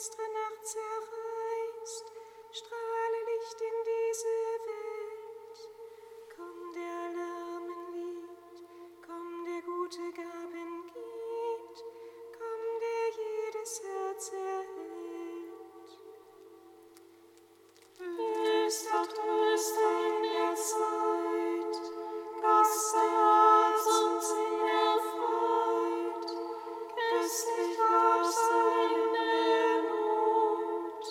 finstere Nacht zerreißt, strahle Licht in diese Welt. Komm, der Alarmen liebt, komm, der gute Gaben gibt, komm, der jedes Herz erhält. Tröster, Tröster in der Zeit, Gast der Herz uns in erfreut, köstlich Wasser in der Not.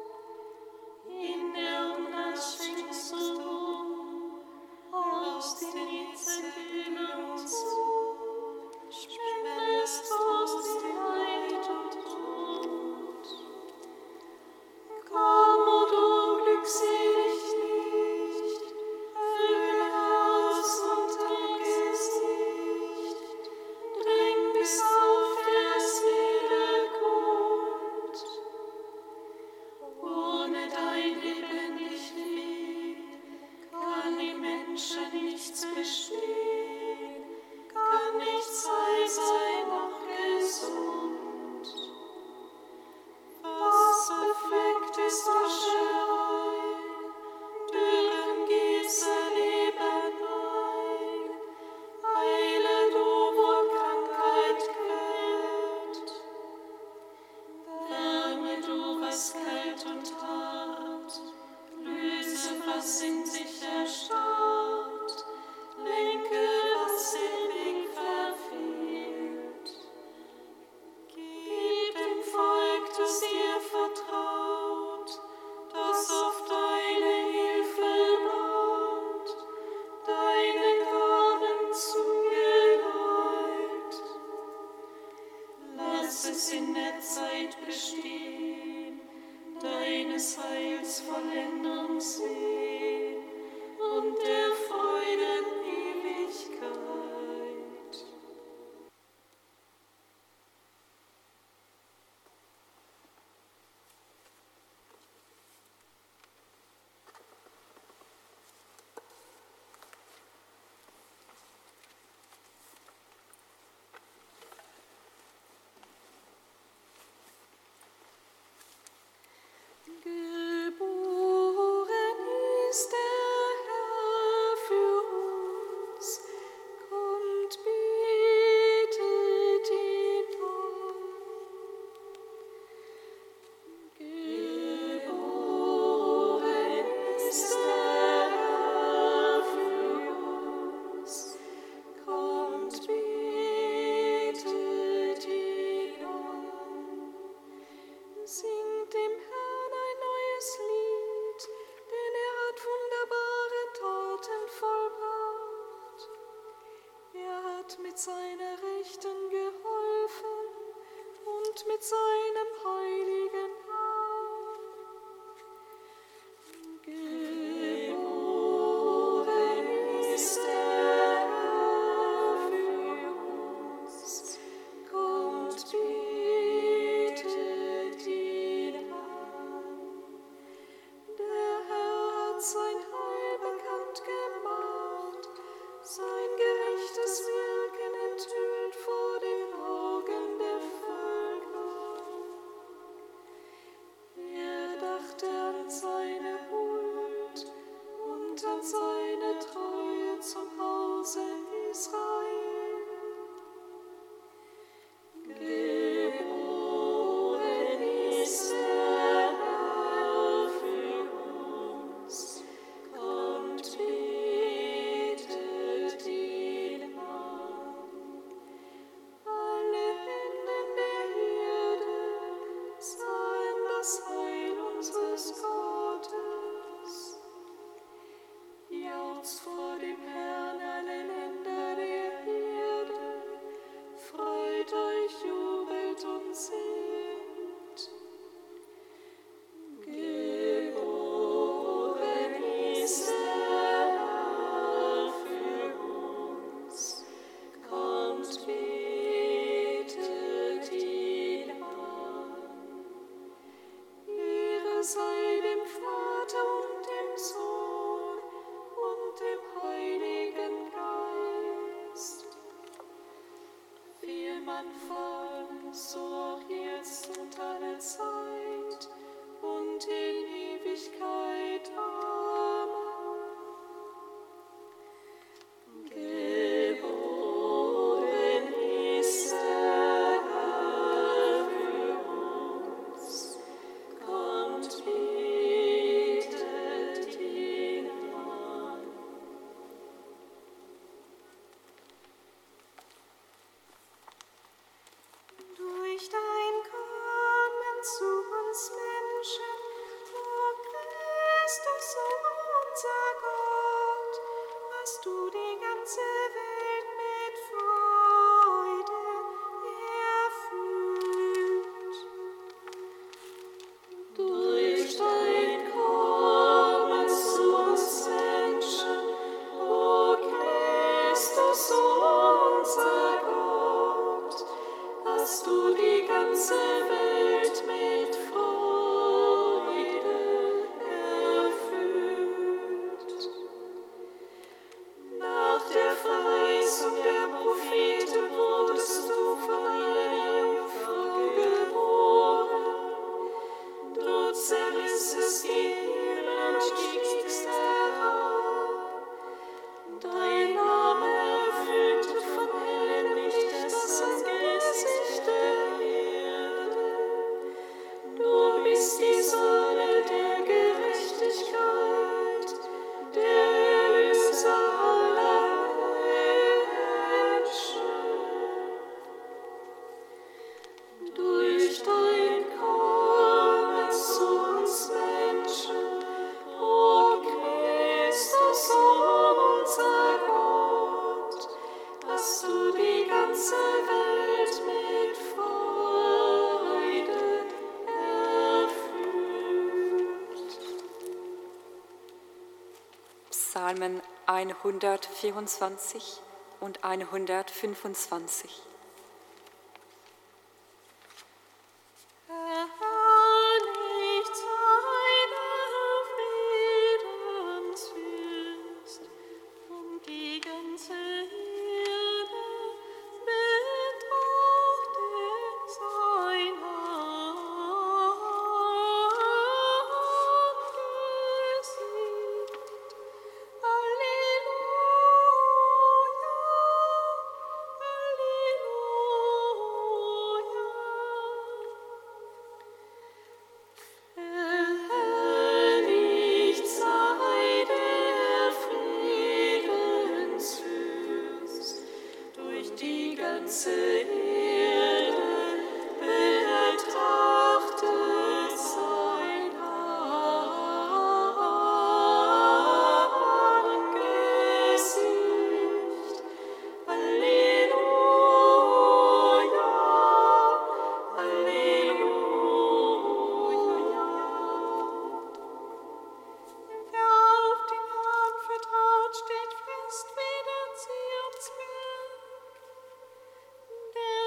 In der Unrast schenkst du aus den Hitzeglühen uns zu, spendest Trost in Leid und Tod. Komm, o du glückselig Licht, erfülle Herz und Angesicht, dring bis auf der Seele Grund. Ohne dein lebendig Lieb kann im Menschen nichts bestehen, kann nichts heil sein noch gesund. Was befleckt ist Ascherei, dürren Gieße Leben ein, heile du, wo Krankheit quält. Wärme du, was kalt und hart, löse, was in sich erstarrt, lenke, was den Weg verfehlt. Gib dem Volk, das dir vertraut, das auf deine Hilfe baut, deine Gaben zum Geleit. Lass es in der Zeit bestehen, deines Heils Vollendung sehen und der Freuden Ewigkeit. Geboren ist der Herr für uns, kommt, betet ihn an. Geboren ist der Herr für uns, kommt, betet ihn an. Singt dem Herrn ein neues Lied, denn hat wunderbare Taten vollbracht. Hat mit seiner Rechten geholfen und mit seinem heiligen Arm. Geboren ist der Herr für uns, kommt, betet ihn an. Der Herr hat sein Heil bekannt gemacht, sein gerechtes Wirken enthüllt vor den Augen der Völker. Anfang, so auch jetzt und alle Zeit und in Ewigkeit. Amen. Geboren ist der Herr für uns, kommt, betet ihn an. Durch dein Kommen zu uns Menschen, o Christus, unser Gott, hast du die ganze Welt mit Freude erfüllt. Durch dein Kommen zu uns Menschen, o Christus, unser Gott, hast du die ganze Welt mit Freude erfüllt. Nach der Verheißung der Propheten wurdest du von einer Jungfrau geboren. Du zerrissest die Himmel und stiegst herab. Dein Name erfüllte von hellem Licht das Angesicht der Erde. Du bist die Sonne der Gerechtigkeit, der Erlöser aller Menschen. Durch dein Kommen zu uns Menschen, o Christus, unser Gott, hast du die ganze Welt mit Freude erfüllt. Psalmen 124 und 125. Herrlich sei der Friedensfürst, und die ganze Erde betrachtet sein Angesicht. Verherrlicht sei der Friedensfürst, durch die ganze Erde betrachtet sein Angesicht. Halleluja, Halleluja. Wer auf den Herrn vertraut, steht fest wie der Zionsberg. Der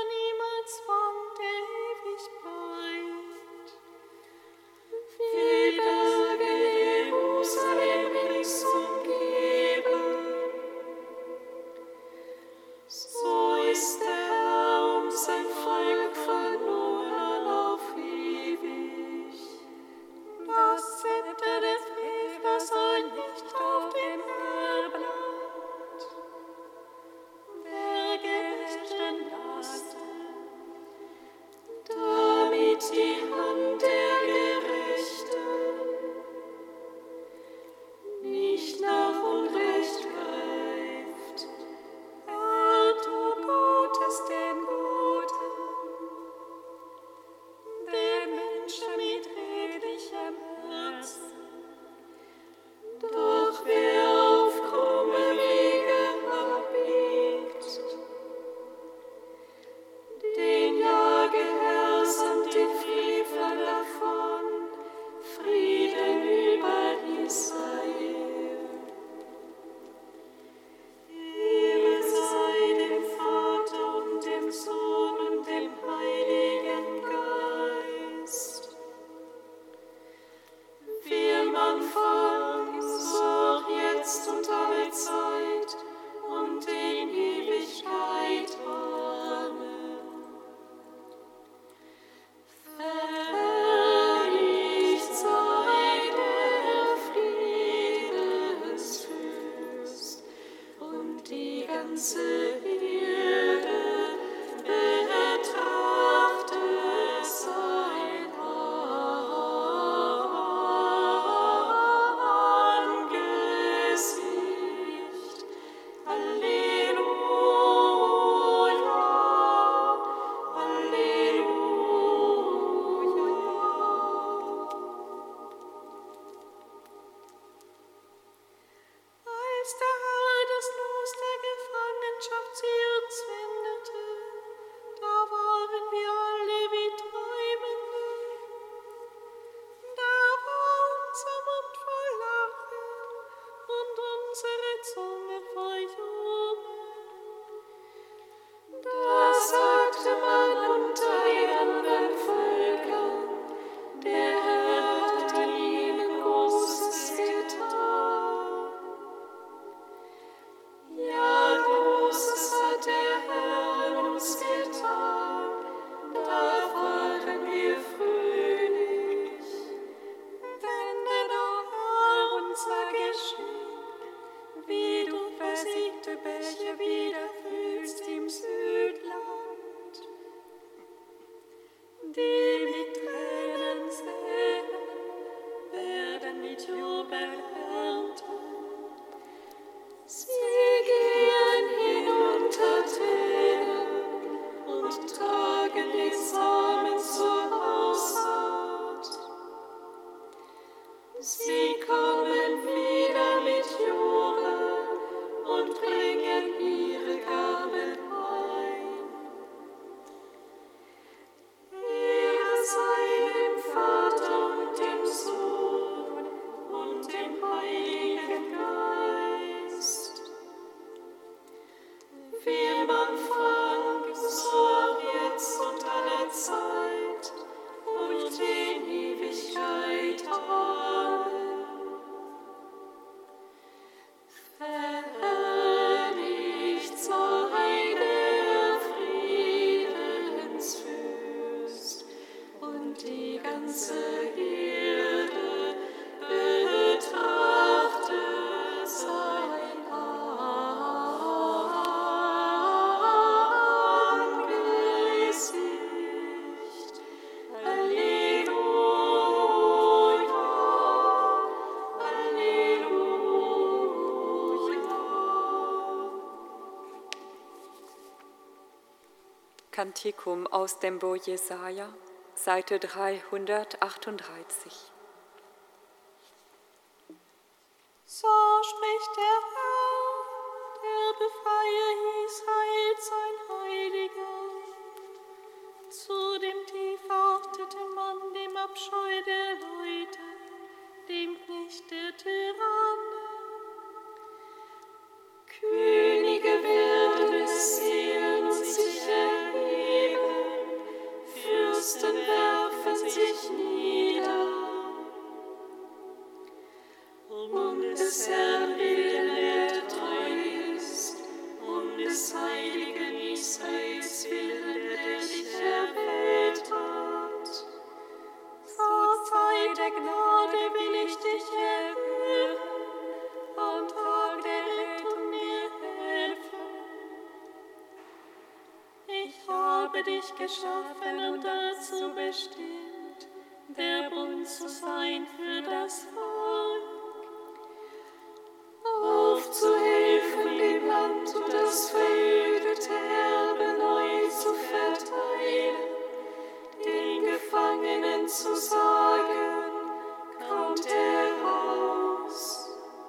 Kantikum aus dem Buch Jesaja, Seite 338. So spricht der Herr, der befreie Israel, sein Heiliger. Zu dem tief verachteten Mann, dem Abscheu der Leute, dem Knecht der Tyrannen. Könige werden es sehen und sich erheben, Fürsten werfen sich nieder. Um des Herrn willen, der treu ist, um des heiligen Israels willen, der dich erwählt hat. Zur Zeit der Gnade will ich dich erhören, am Tag der Rettung dir helfen. Ich habe dich geschaffen und dazu bestimmt, der Bund zu sein für das Volk. Aufzuhelfen dem Land und das verödete Erbe neu zu verteilen, den Gefangenen zu sagen, kommt heraus.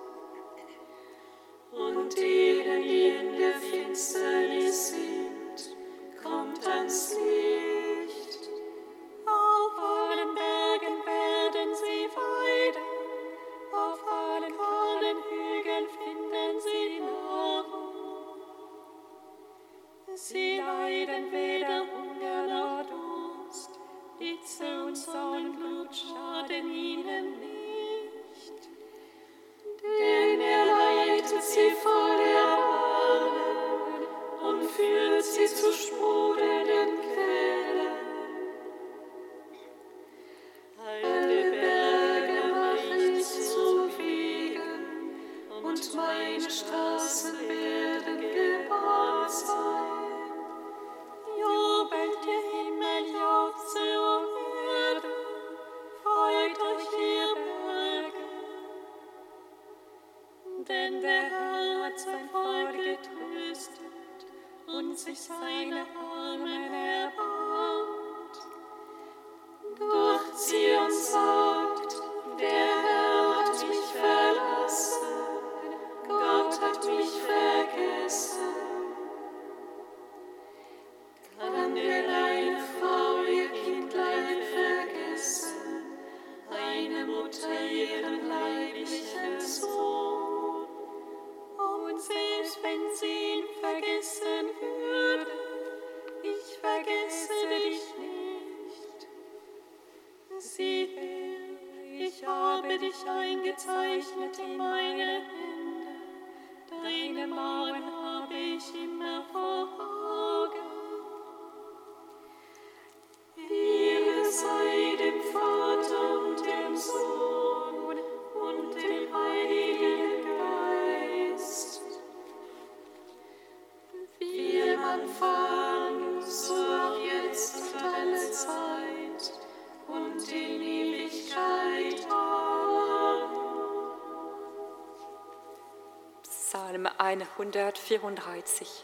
Und denen, die in der Finsternis sind, kommt ans Licht. Auf allen Bergen werden sie weiden, auf allen kahlen Hügeln finden sie Nahrung. Sie leiden weder Hunger noch Durst, Hitze und Sauenblut schaden ihnen nicht. Denn er leitet sie voll Erbarmen und führt sie zu sprudelnden Quellen. Alle Berge mache ich zu Wegen, und meine Straßen werden gebaut. und sich seine Armen erbarmt. Doch Zion sagt, der Herr hat mich verlassen, Gott hat mich vergessen. Kann denn eine Frau ihr Kindlein vergessen, eine Mutter ihren leiblichen Sohn? Und selbst wenn sie ihn vergessen würde, ich vergesse dich nicht. Siehe, ich habe dich eingezeichnet in meine Hände, deine Mauern habe ich immer vor Augen. Ehre sei dem Vater und dem Sohn und dem Heiligen Geist, wie im Anfang, so auch jetzt und alle Zeit und in Ewigkeit. Amen. Psalm 134.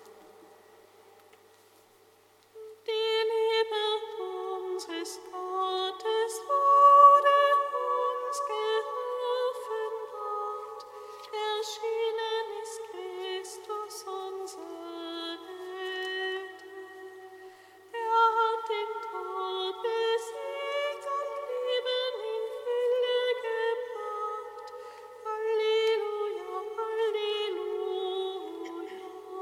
Die Liebe unseres Gottes wurde uns geoffenbart, erschienen ist Christus unser Retter. Er hat den Tod besiegt und Leben in Fülle gebracht. Halleluja, Halleluja.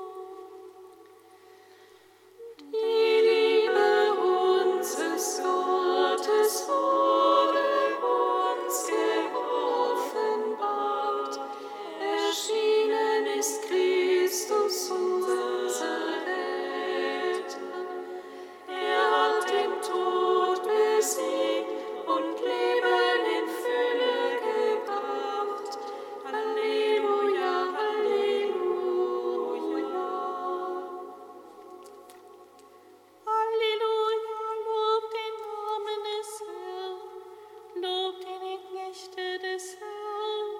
Die Liebe unseres Gottes wurde uns geoffenbart, erschienen ist Christus unser Retter. Er hat den Tod besiegt und Leben in Fülle gebracht. Halleluja, Halleluja. Halleluja, lobt den Namen des Herrn, lobt die Knechte des Herrn.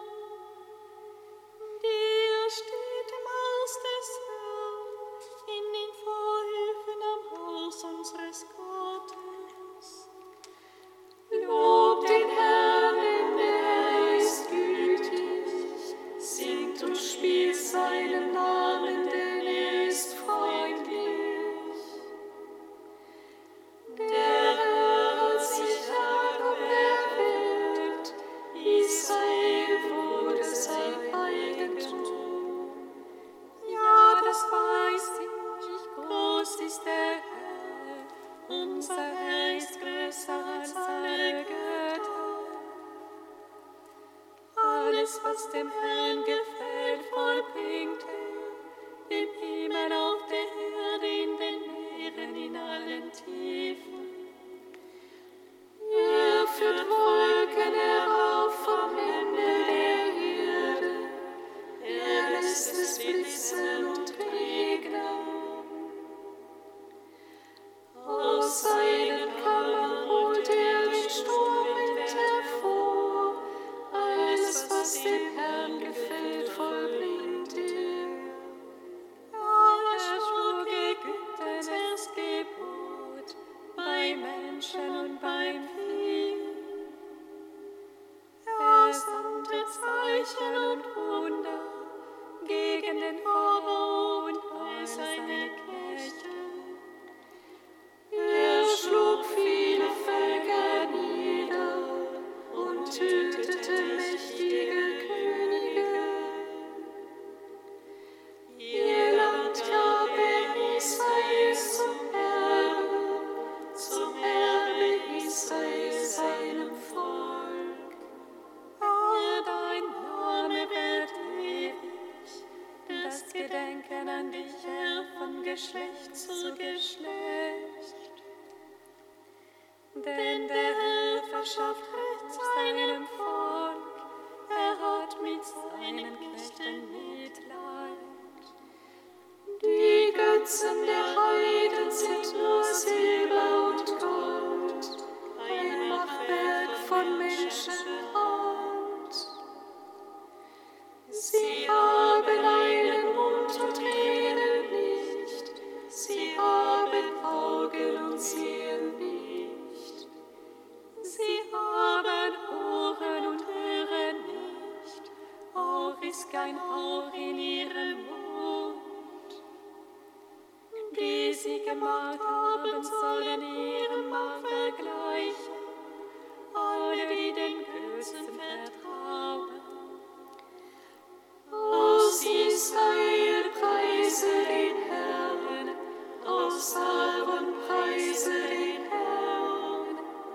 Der steht im Haus des Herrn, in den Vorhöfen am Haus unseres Gottes. Lobt den Herrn, denn er ist gütig, singt und spielt seinen Namen, denn er ist freundlich. Der Herr hat sich Jakob erwählt, Israel wurde sein Eigentum. Ja, das weiß ich, groß ist der Herr, unser Herr ist größer als alle Götter. Alles, was dem Herrn gefällt, vollbringt er, im Himmel, auf der Erde, in den Meeren, in allen Tiefen. Er führt Wolken herauf vom Ende der Erde, er lässt es blitzen und regnen. Aus seinen Kammern holt er den Sturmwind hervor, alles, was dem Herrn gefällt, vollbringt er. Er schlug Ägypten erst Gebot, bei Menschen und beim Vieh. Er sandte Zeichen und Wunder gegen den Pharao und all seine Knechte. Er schlug viele Völker nieder und tötete mächtige Könige. Ihr Land gab er Israel zum Erbe Israel seinem Volk. Aber dein Name wird ewig, das Gedenken an dich, Herr, von Geschlecht zu Geschlecht. Denn der Herr verschafft Recht seinem Volk, er hat mit seinen Knechten Mitleid. Die Götzen der Heiden sind nur Silber und Gold, ein Machwerk von Menschenhand. Sie haben einen Mund und reden nicht, sie gemacht haben, sollen ihrem Macht vergleichen. Alle, die den Götzen vertrauen. Aus Israel preise den Herrn, aus Aaron preise den Herrn.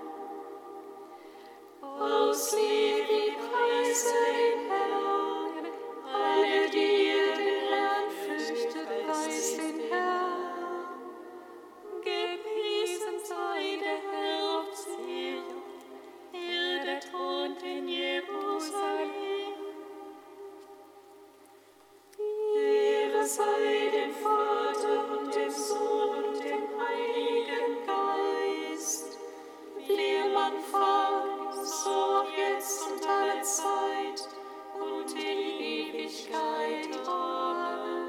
Aus Levi preise den Herrn, alle, die ihr den Herrn fürchtet, preist den Herrn. Gepriesen sei der Herr auf Zion, der thront in Jerusalem. Ehre sei dem Vater und dem Sohn und dem Heiligen Geist, wie am Anfang, so auch jetzt und alle Zeit und in Ewigkeit. Amen.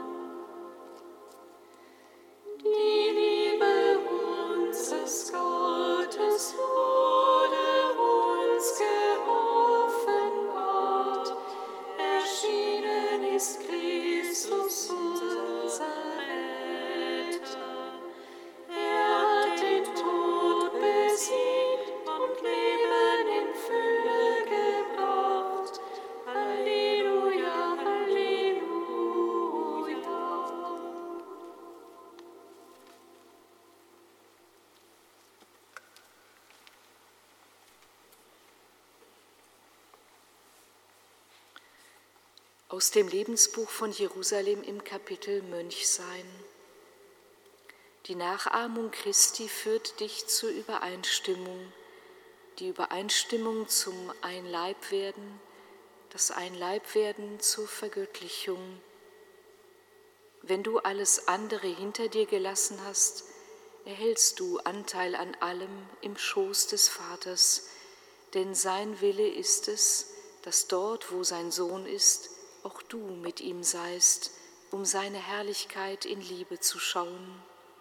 Die Liebe unseres Gottes wurde uns geoffenbart, erschienen ist Christus unser Retter. Er hat den Tod besiegt und Leben in Fülle gebracht. Halleluja, Halleluja. Aus dem Lebensbuch von Jerusalem im Kapitel Mönchsein. Die Nachahmung Christi führt dich zur Übereinstimmung, die Übereinstimmung zum Ein-Leib-Werden, das Ein-Leib-Werden zur Vergöttlichung. Wenn du alles andere hinter dir gelassen hast, erhältst du Anteil an allem im Schoß des Vaters, denn sein Wille ist es, dass dort, wo sein Sohn ist, auch du mit ihm seist, um seine Herrlichkeit in Liebe zu schauen.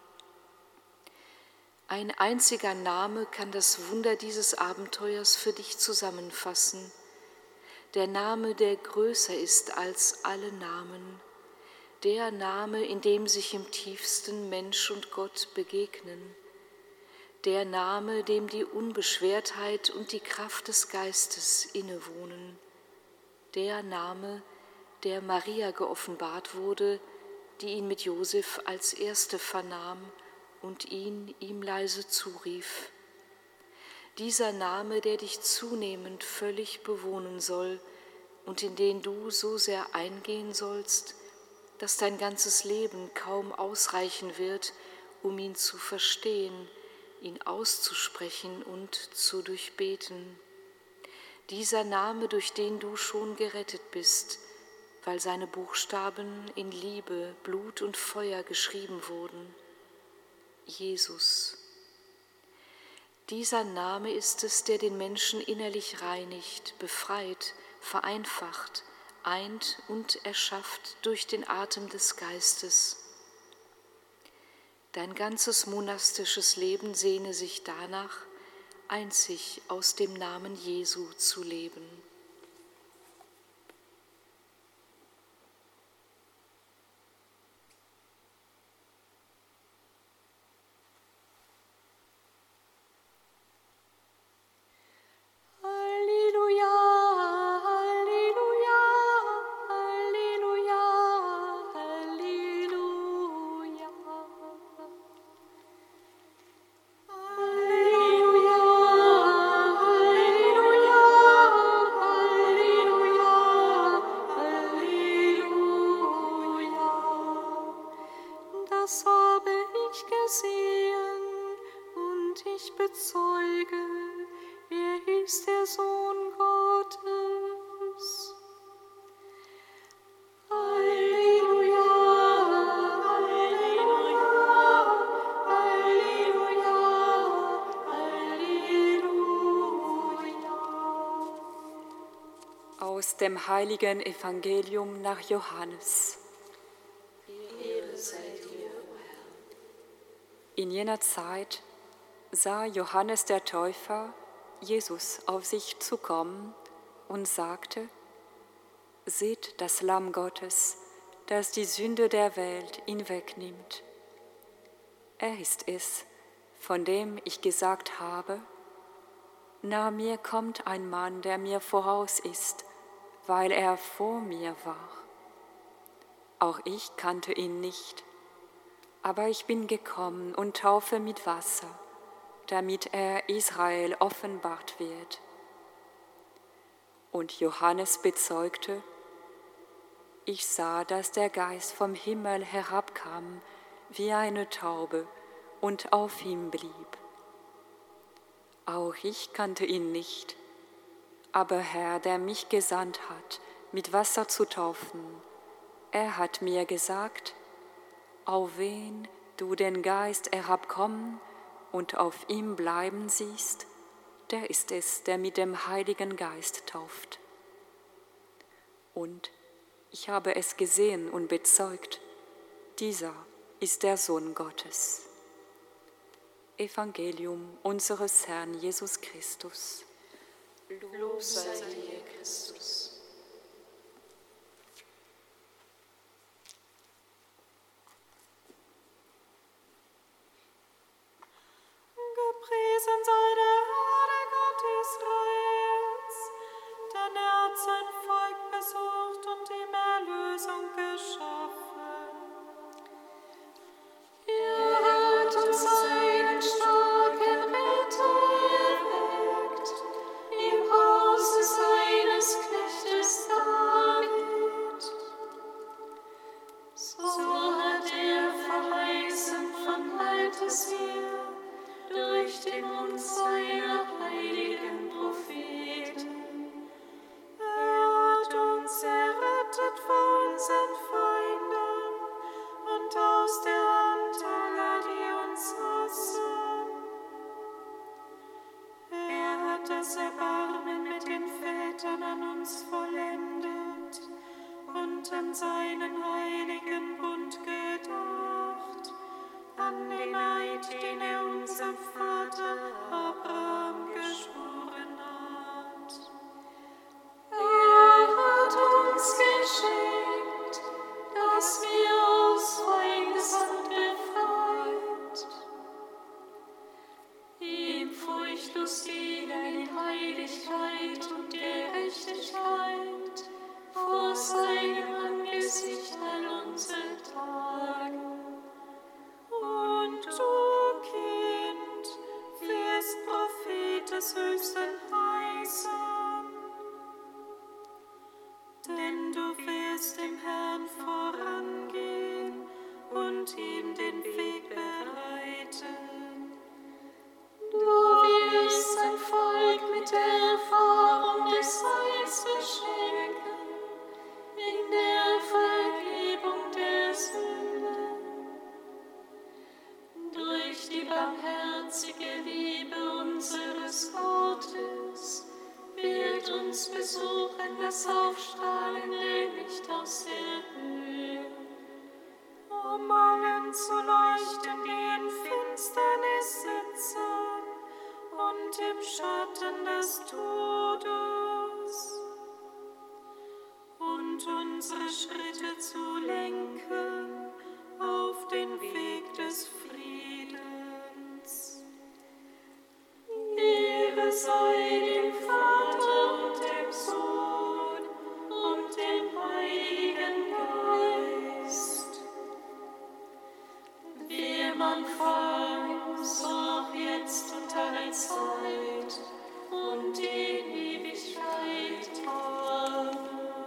Ein einziger Name kann das Wunder dieses Abenteuers für dich zusammenfassen. Der Name, der größer ist als alle Namen. Der Name, in dem sich im tiefsten Mensch und Gott begegnen. Der Name, dem die Unbeschwertheit und die Kraft des Geistes innewohnen. Der Name, der Maria geoffenbart wurde, die ihn mit Josef als Erste vernahm und ihn ihm leise zurief. Dieser Name, der dich zunehmend völlig bewohnen soll und in den du so sehr eingehen sollst, dass dein ganzes Leben kaum ausreichen wird, um ihn zu verstehen, ihn auszusprechen und zu durchbeten. Dieser Name, durch den du schon gerettet bist, weil seine Buchstaben in Liebe, Blut und Feuer geschrieben wurden. Jesus. Dieser Name ist es, der den Menschen innerlich reinigt, befreit, vereinfacht, eint und erschafft durch den Atem des Geistes. Dein ganzes monastisches Leben sehne sich danach, einzig aus dem Namen Jesu zu leben. Aus dem heiligen Evangelium nach Johannes. Ehre sei dir, o Herr. In jener Zeit sah Johannes der Täufer Jesus auf sich zukommen und sagte: Seht das Lamm Gottes, das die Sünde der Welt hinwegnimmt. Er ist es, von dem ich gesagt habe, nahe mir kommt ein Mann, der mir voraus ist, weil er vor mir war. Auch ich kannte ihn nicht, aber ich bin gekommen und taufe mit Wasser, damit er Israel offenbart wird. Und Johannes bezeugte, ich sah, dass der Geist vom Himmel herabkam wie eine Taube und auf ihm blieb. Auch ich kannte ihn nicht, aber Herr, der mich gesandt hat, mit Wasser zu taufen, er hat mir gesagt, auf wen du den Geist herabkommen und auf ihm bleiben siehst, der ist es, der mit dem Heiligen Geist tauft. Und ich habe es gesehen und bezeugt, dieser ist der Sohn Gottes. Evangelium unseres Herrn Jesus Christus. Lob sei dir, Christus. Gepriesen sei der Herr, der Gott Israels, denn er hat sein Volk besucht und ihm Erlösung geschaffen. Er hat uns seinen starken Retter erweckt, im Hause seines Knechtes David. So hat er verheißen von alters her, durch den Mund seiner heiligen Propheten. Er hat uns errettet vor unseren Feinden und aus der Hand aller, die uns hassen. Er hat das Erbarmen mit den Vätern an uns vollendet und an seinen heiligen Bund gedacht, an den Eid, den er unserem Vater Abraham geschworen hat. Er hat uns geschenkt, dass wir aus Feindeshand befreit, ihm furchtlos dienen in Heiligkeit und Gerechtigkeit vor seinem Angesicht all unsere Tage. Und du, Kind, wirst Prophet des Höchsten heißen, denn du wirst dem Herrn vorangehen und ihm den Weg bereiten. Du wirst sein Volk mit der Erfahrung des Heils beschenken, in der Vergebung der Sünden. Durch die barmherzige Liebe unseres Gottes wird uns besuchen das aufstrahlende Licht aus der Höhe, um allen zu leuchten, die in Finsternis sitzen und im Schatten des Todes, und unsere Schritte zu lenken auf den Weg des Friedens. Ehre sei dem Vater und dem Sohn und dem Heiligen Geist, wie im Anfang, so auch jetzt und alle Zeit und in Ewigkeit. Amen.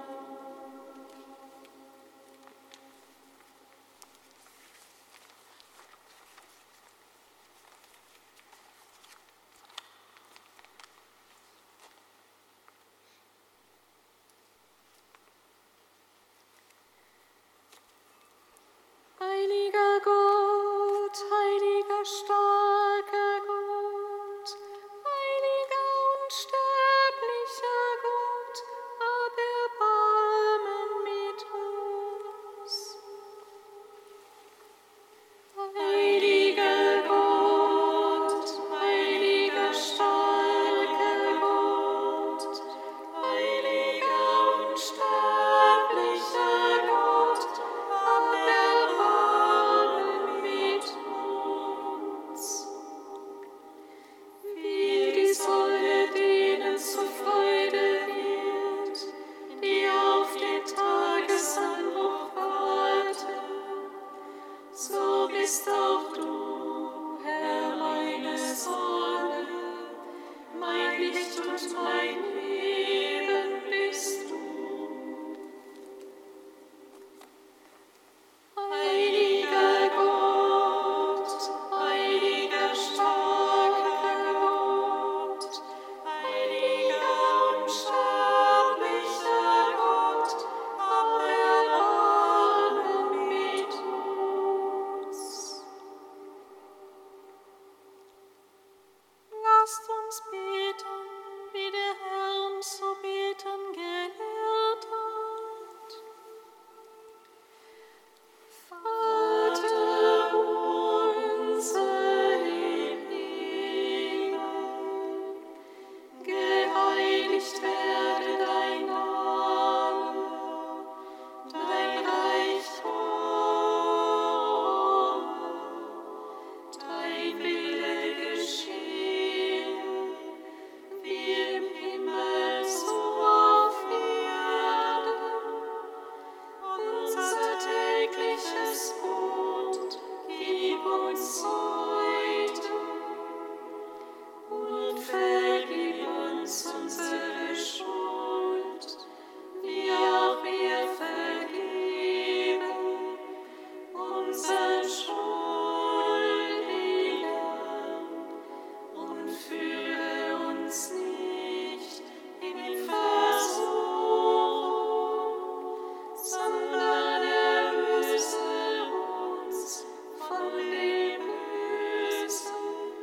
Heiliger Gott, heiliger starker Gott, auch du, Herr, meine Sonne, mein Licht und mein Leben bist du. Heiliger Gott, heiliger starker Gott, heiliger unsterblicher Gott, hab Erbarmen mit uns. Lasst uns beten, wie der Herr uns zu beten gelehrt hat. Vater unser im Himmel, geheiligt werde dein Name, dein Reich komme, dein Wille geschehe, wie im Himmel so auf Erden. Unser tägliches Brot gib uns heute und vergib uns unsere Schuld, wie auch wir vergeben unseren Schuldigen, und führe uns nicht in Versuchung, sondern erlöse uns von dem Bösen.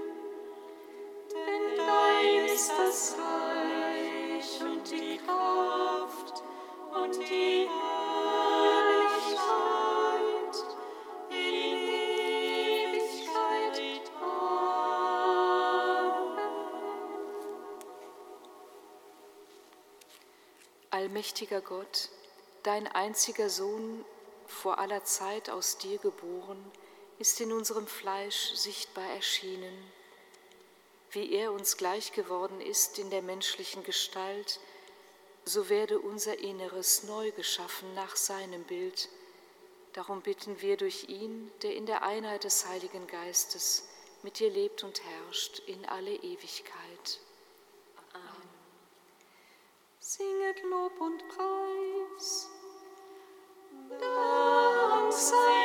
Denn dein ist das Reich und die Kraft und die Herrlichkeit in Ewigkeit. Amen. Allmächtiger Gott, dein einziger Sohn, vor aller Zeit aus dir geboren, ist in unserem Fleisch sichtbar erschienen. Wie er uns gleich geworden ist in der menschlichen Gestalt, so werde unser Inneres neu geschaffen nach seinem Bild. Darum bitten wir durch ihn, der in der Einheit des Heiligen Geistes mit dir lebt und herrscht in alle Ewigkeit. Amen. Singet Lob und Preis. Dank sei